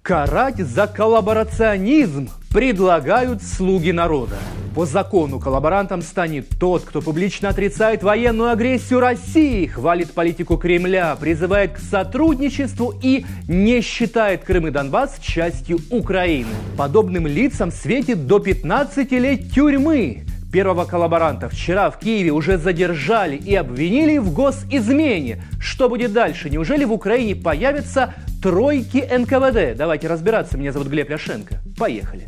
Карать за коллаборационизм предлагают слуги народа. По закону коллаборантом станет тот, кто публично отрицает военную агрессию России, хвалит политику Кремля, призывает к сотрудничеству и не считает Крым и Донбасс частью Украины. Подобным лицам светит до 15 лет тюрьмы. Первого коллаборанта вчера в Киеве уже задержали и обвинили в госизмене. Что будет дальше? Неужели в Украине появятся тройки НКВД? Давайте разбираться. Меня зовут Глеб Ляшенко. Поехали.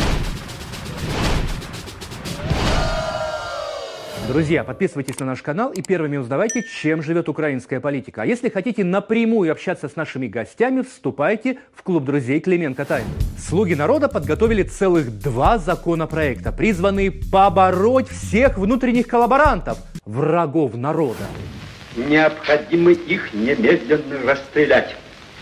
Друзья, подписывайтесь на наш канал и первыми узнавайте, чем живет украинская политика. А если хотите напрямую общаться с нашими гостями, вступайте в клуб друзей Клименко Тайм. Слуги народа подготовили целых 2 законопроекта, призванные побороть всех внутренних коллаборантов, врагов народа. Необходимо их немедленно расстрелять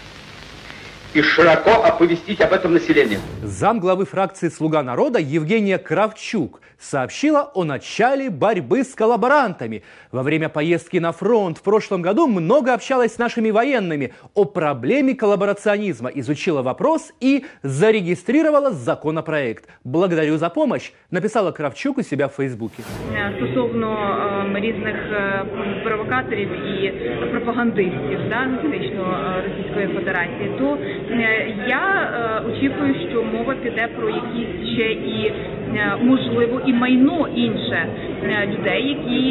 и широко оповестить об этом население. Замглавы фракции «Слуга народа» Евгения Кравчук сообщила о начале борьбы с коллаборантами. Во время поездки на фронт в прошлом году много общалась с нашими военными о проблеме коллаборационизма, изучила вопрос и зарегистрировала законопроект. Благодарю за помощь, написала Кравчук у себя в Фейсбуке. Стосовно різних провокаторів і пропагандистів фактично Російської Федерації, то я очікую, що мова піде про якісь ще і, можливо, і майно інше людей, які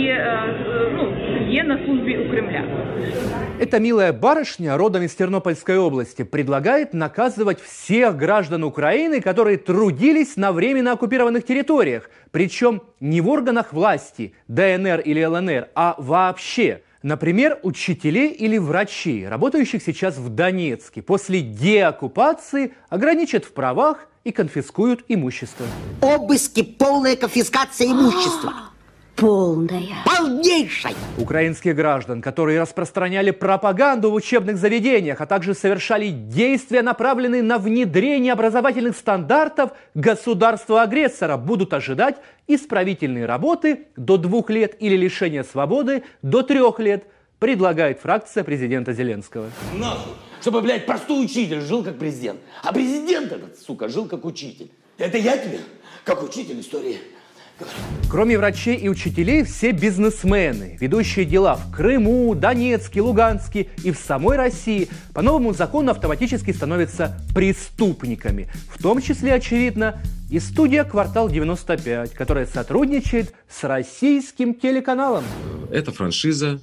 є на службе у Кремля. Эта милая барышня, родом из Тернопольской области, предлагает наказывать всех граждан Украины, которые трудились на временно оккупированных территориях. Причем не в органах власти, ДНР или ЛНР, а вообще. Например, учителей или врачей, работающих сейчас в Донецке, после деоккупации ограничат в правах и конфискуют имущество. Обыски, полная конфискация имущества. Полная. Полнейшая. Украинских граждан, которые распространяли пропаганду в учебных заведениях, а также совершали действия, направленные на внедрение образовательных стандартов государства-агрессора, будут ожидать исправительные работы до 2 лет или лишения свободы до 3 лет, предлагает фракция президента Зеленского. Нахуй, чтобы, блядь, простой учитель жил как президент, а президент этот, сука, жил как учитель. Это я тебе, как учитель истории. Кроме врачей и учителей, все бизнесмены, ведущие дела в Крыму, Донецке, Луганске и в самой России, по новому закону автоматически становятся преступниками. В том числе, очевидно, и студия «Квартал 95», которая сотрудничает с российским телеканалом. Это франшиза,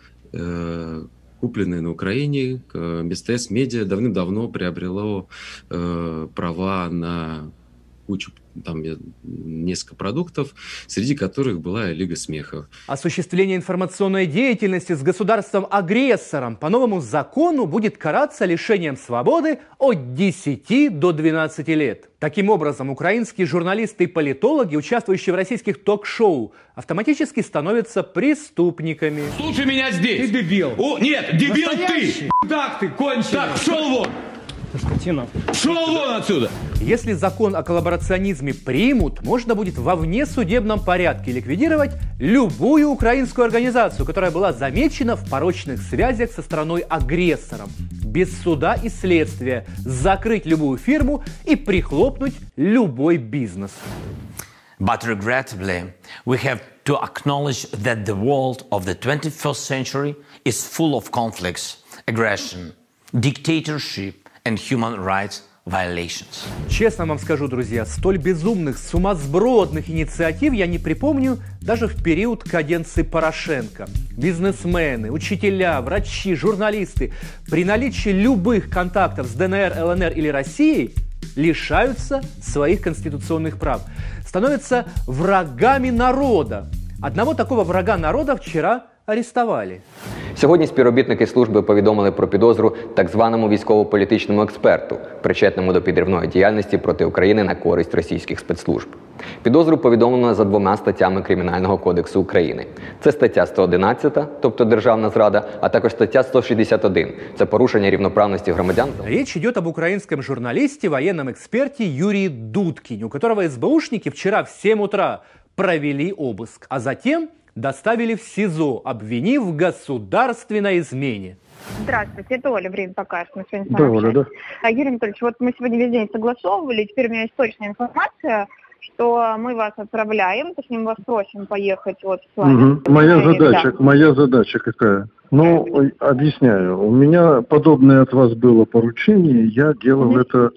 купленная на Украине. МСТС Медиа давным-давно приобрело права на кучу, там несколько продуктов, среди которых была и Лига смеха. Осуществление информационной деятельности с государством-агрессором по новому закону будет караться лишением свободы от 10 до 12 лет. Таким образом, украинские журналисты и политологи, участвующие в российских ток-шоу, автоматически становятся преступниками. Слушай меня здесь! Ты дебил! Нет, дебил Настоящий. ты! Так ты, конченый! Так, шел вон! Скотина. Шел вон отсюда! Если закон о коллаборационизме примут, можно будет во внесудебном порядке ликвидировать любую украинскую организацию, которая была замечена в порочных связях со страной-агрессором. Без суда и следствия закрыть любую фирму и прихлопнуть любой бизнес. But regrettably, we have to acknowledge that the world of the 21st century is full of conflicts, aggression, dictatorship and human rights violations. Честно вам скажу, друзья, столь безумных, сумасбродных инициатив я не припомню даже в период каденции Порошенко. Бизнесмены, учителя, врачи, журналисты при наличии любых контактов с ДНР, ЛНР или Россией лишаются своих конституционных прав, становятся врагами народа. Одного такого врага народа вчера арестовали. Сьогодні співробітники служби повідомили про підозру так званому військово-політичному експерту, причетному до підривної діяльності проти України на користь російських спецслужб. Підозру повідомлено за 2 статтями Кримінального кодексу України. Це стаття 111, тобто державна зрада, а також стаття 161, це порушення рівноправності громадян. Речь идет об украинском журналисте, военном эксперте Юрии Дудкине, у которого СБУшники вчера в 7 утра провели обыск, а затем доставили в СИЗО, обвинив в государственной измене. Здравствуйте, это Оля, время покажет. Мы сегодня с Да, вами Оля, да. Юрий Анатольевич, вот мы сегодня весь день согласовывали, теперь у меня есть точная информация, что мы вас отправляем, точнее мы вас просим поехать вот с вами. Моя задача какая? Ну, объясняю. У меня подобное от вас было поручение, я делал это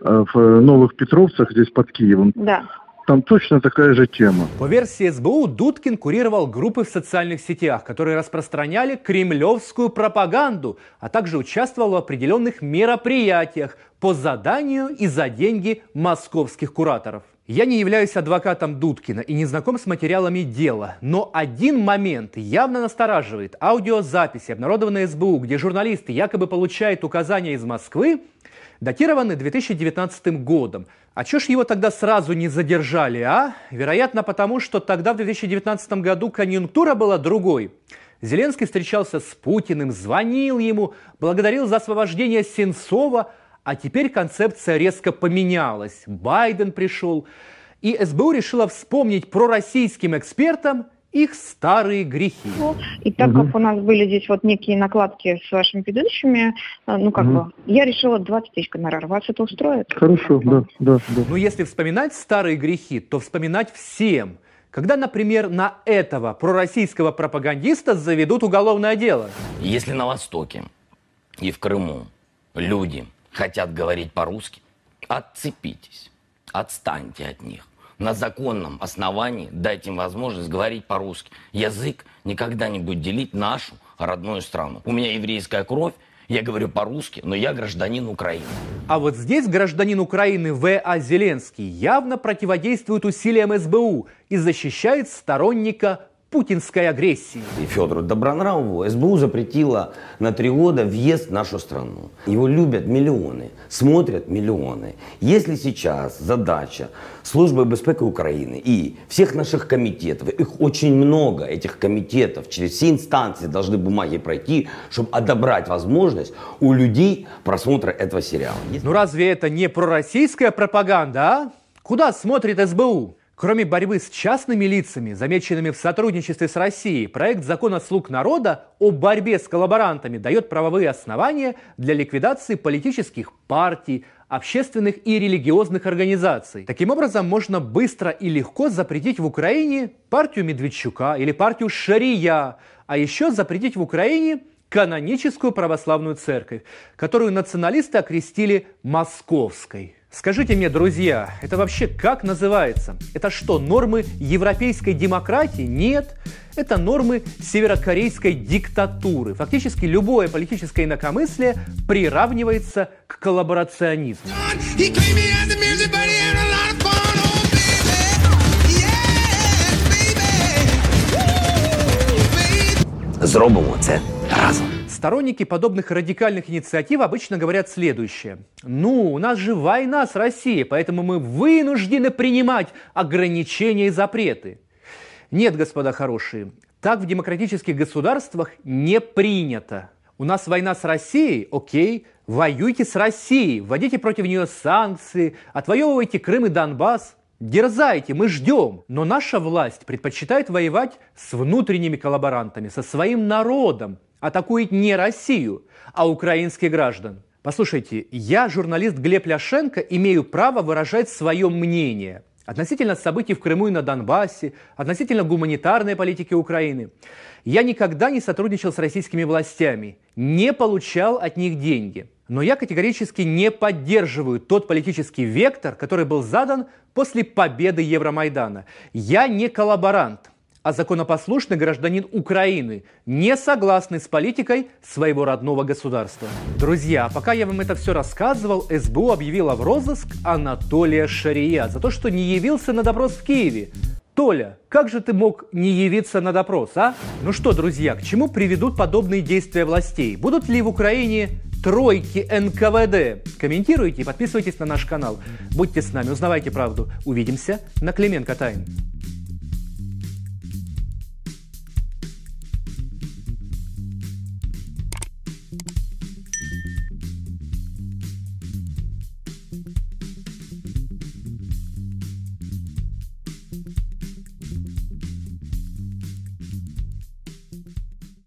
в Новых Петровцах, здесь под Киевом. Да. Там точно такая же тема. По версии СБУ, Дудкин курировал группы в социальных сетях, которые распространяли кремлевскую пропаганду, а также участвовал в определенных мероприятиях по заданию и за деньги московских кураторов. Я не являюсь адвокатом Дудкина и не знаком с материалами дела, но один момент явно настораживает. Аудиозаписи, обнародованные СБУ, где журналисты якобы получают указания из Москвы, датированы 2019 годом. А чё ж его тогда сразу не задержали, а? Вероятно, потому что тогда, в 2019 году, конъюнктура была другой. Зеленский встречался с Путиным, звонил ему, благодарил за освобождение Сенцова, а теперь концепция резко поменялась. Байден пришел, и СБУ решила вспомнить пророссийским экспертам их старые грехи. И так как у нас были здесь вот некие накладки с вашими предыдущими, я решила 20 тысяч гонорар. Вас это устроит? Хорошо, да. Но если вспоминать старые грехи, то вспоминать всем. Когда, например, на этого пророссийского пропагандиста заведут уголовное дело. Если на Востоке и в Крыму люди хотят говорить по-русски, отцепитесь, отстаньте от них. На законном основании дайте им возможность говорить по-русски. Язык никогда не будет делить нашу родную страну. У меня еврейская кровь, я говорю по-русски, но я гражданин Украины. А вот здесь гражданин Украины В.А. Зеленский явно противодействует усилиям СБУ и защищает сторонника путинской агрессии. И Федору Добронравову СБУ запретила на 3 года въезд в нашу страну. Его любят миллионы, смотрят миллионы. Если сейчас задача Службы безпеки Украины и всех наших комитетов, их очень много, этих комитетов, через все инстанции должны бумаги пройти, чтобы отобрать возможность у людей просмотра этого сериала. Ну разве это не пророссийская пропаганда, а? Куда смотрит СБУ? Кроме борьбы с частными лицами, замеченными в сотрудничестве с Россией, проект закона «Слуг народа» о борьбе с коллаборантами дает правовые основания для ликвидации политических партий, общественных и религиозных организаций. Таким образом, можно быстро и легко запретить в Украине партию Медведчука или партию Шария, а еще запретить в Украине каноническую православную церковь, которую националисты окрестили «московской». Скажите мне, друзья, это вообще как называется? Это что, нормы европейской демократии? Нет. Это нормы северокорейской диктатуры. Фактически любое политическое инакомыслие приравнивается к коллаборационизму. Зробимо це разом. Сторонники подобных радикальных инициатив обычно говорят следующее. Ну, у нас же война с Россией, поэтому мы вынуждены принимать ограничения и запреты. Нет, господа хорошие, так в демократических государствах не принято. У нас война с Россией, окей, воюйте с Россией, вводите против нее санкции, отвоевывайте Крым и Донбасс. Дерзайте, мы ждем. Но наша власть предпочитает воевать с внутренними коллаборантами, со своим народом. Атакует не Россию, а украинских граждан. Послушайте, я, журналист Глеб Ляшенко, имею право выражать свое мнение относительно событий в Крыму и на Донбассе, относительно гуманитарной политики Украины. Я никогда не сотрудничал с российскими властями, не получал от них деньги. Но я категорически не поддерживаю тот политический вектор, который был задан после победы Евромайдана. Я не коллаборант, а законопослушный гражданин Украины, не согласный с политикой своего родного государства. Друзья, пока я вам это все рассказывал, СБУ объявила в розыск Анатолия Шария за то, что не явился на допрос в Киеве. Толя, как же ты мог не явиться на допрос, а? Ну что, друзья, к чему приведут подобные действия властей? Будут ли в Украине тройки НКВД? Комментируйте и подписывайтесь на наш канал. Будьте с нами, узнавайте правду. Увидимся на Клименко Тайм.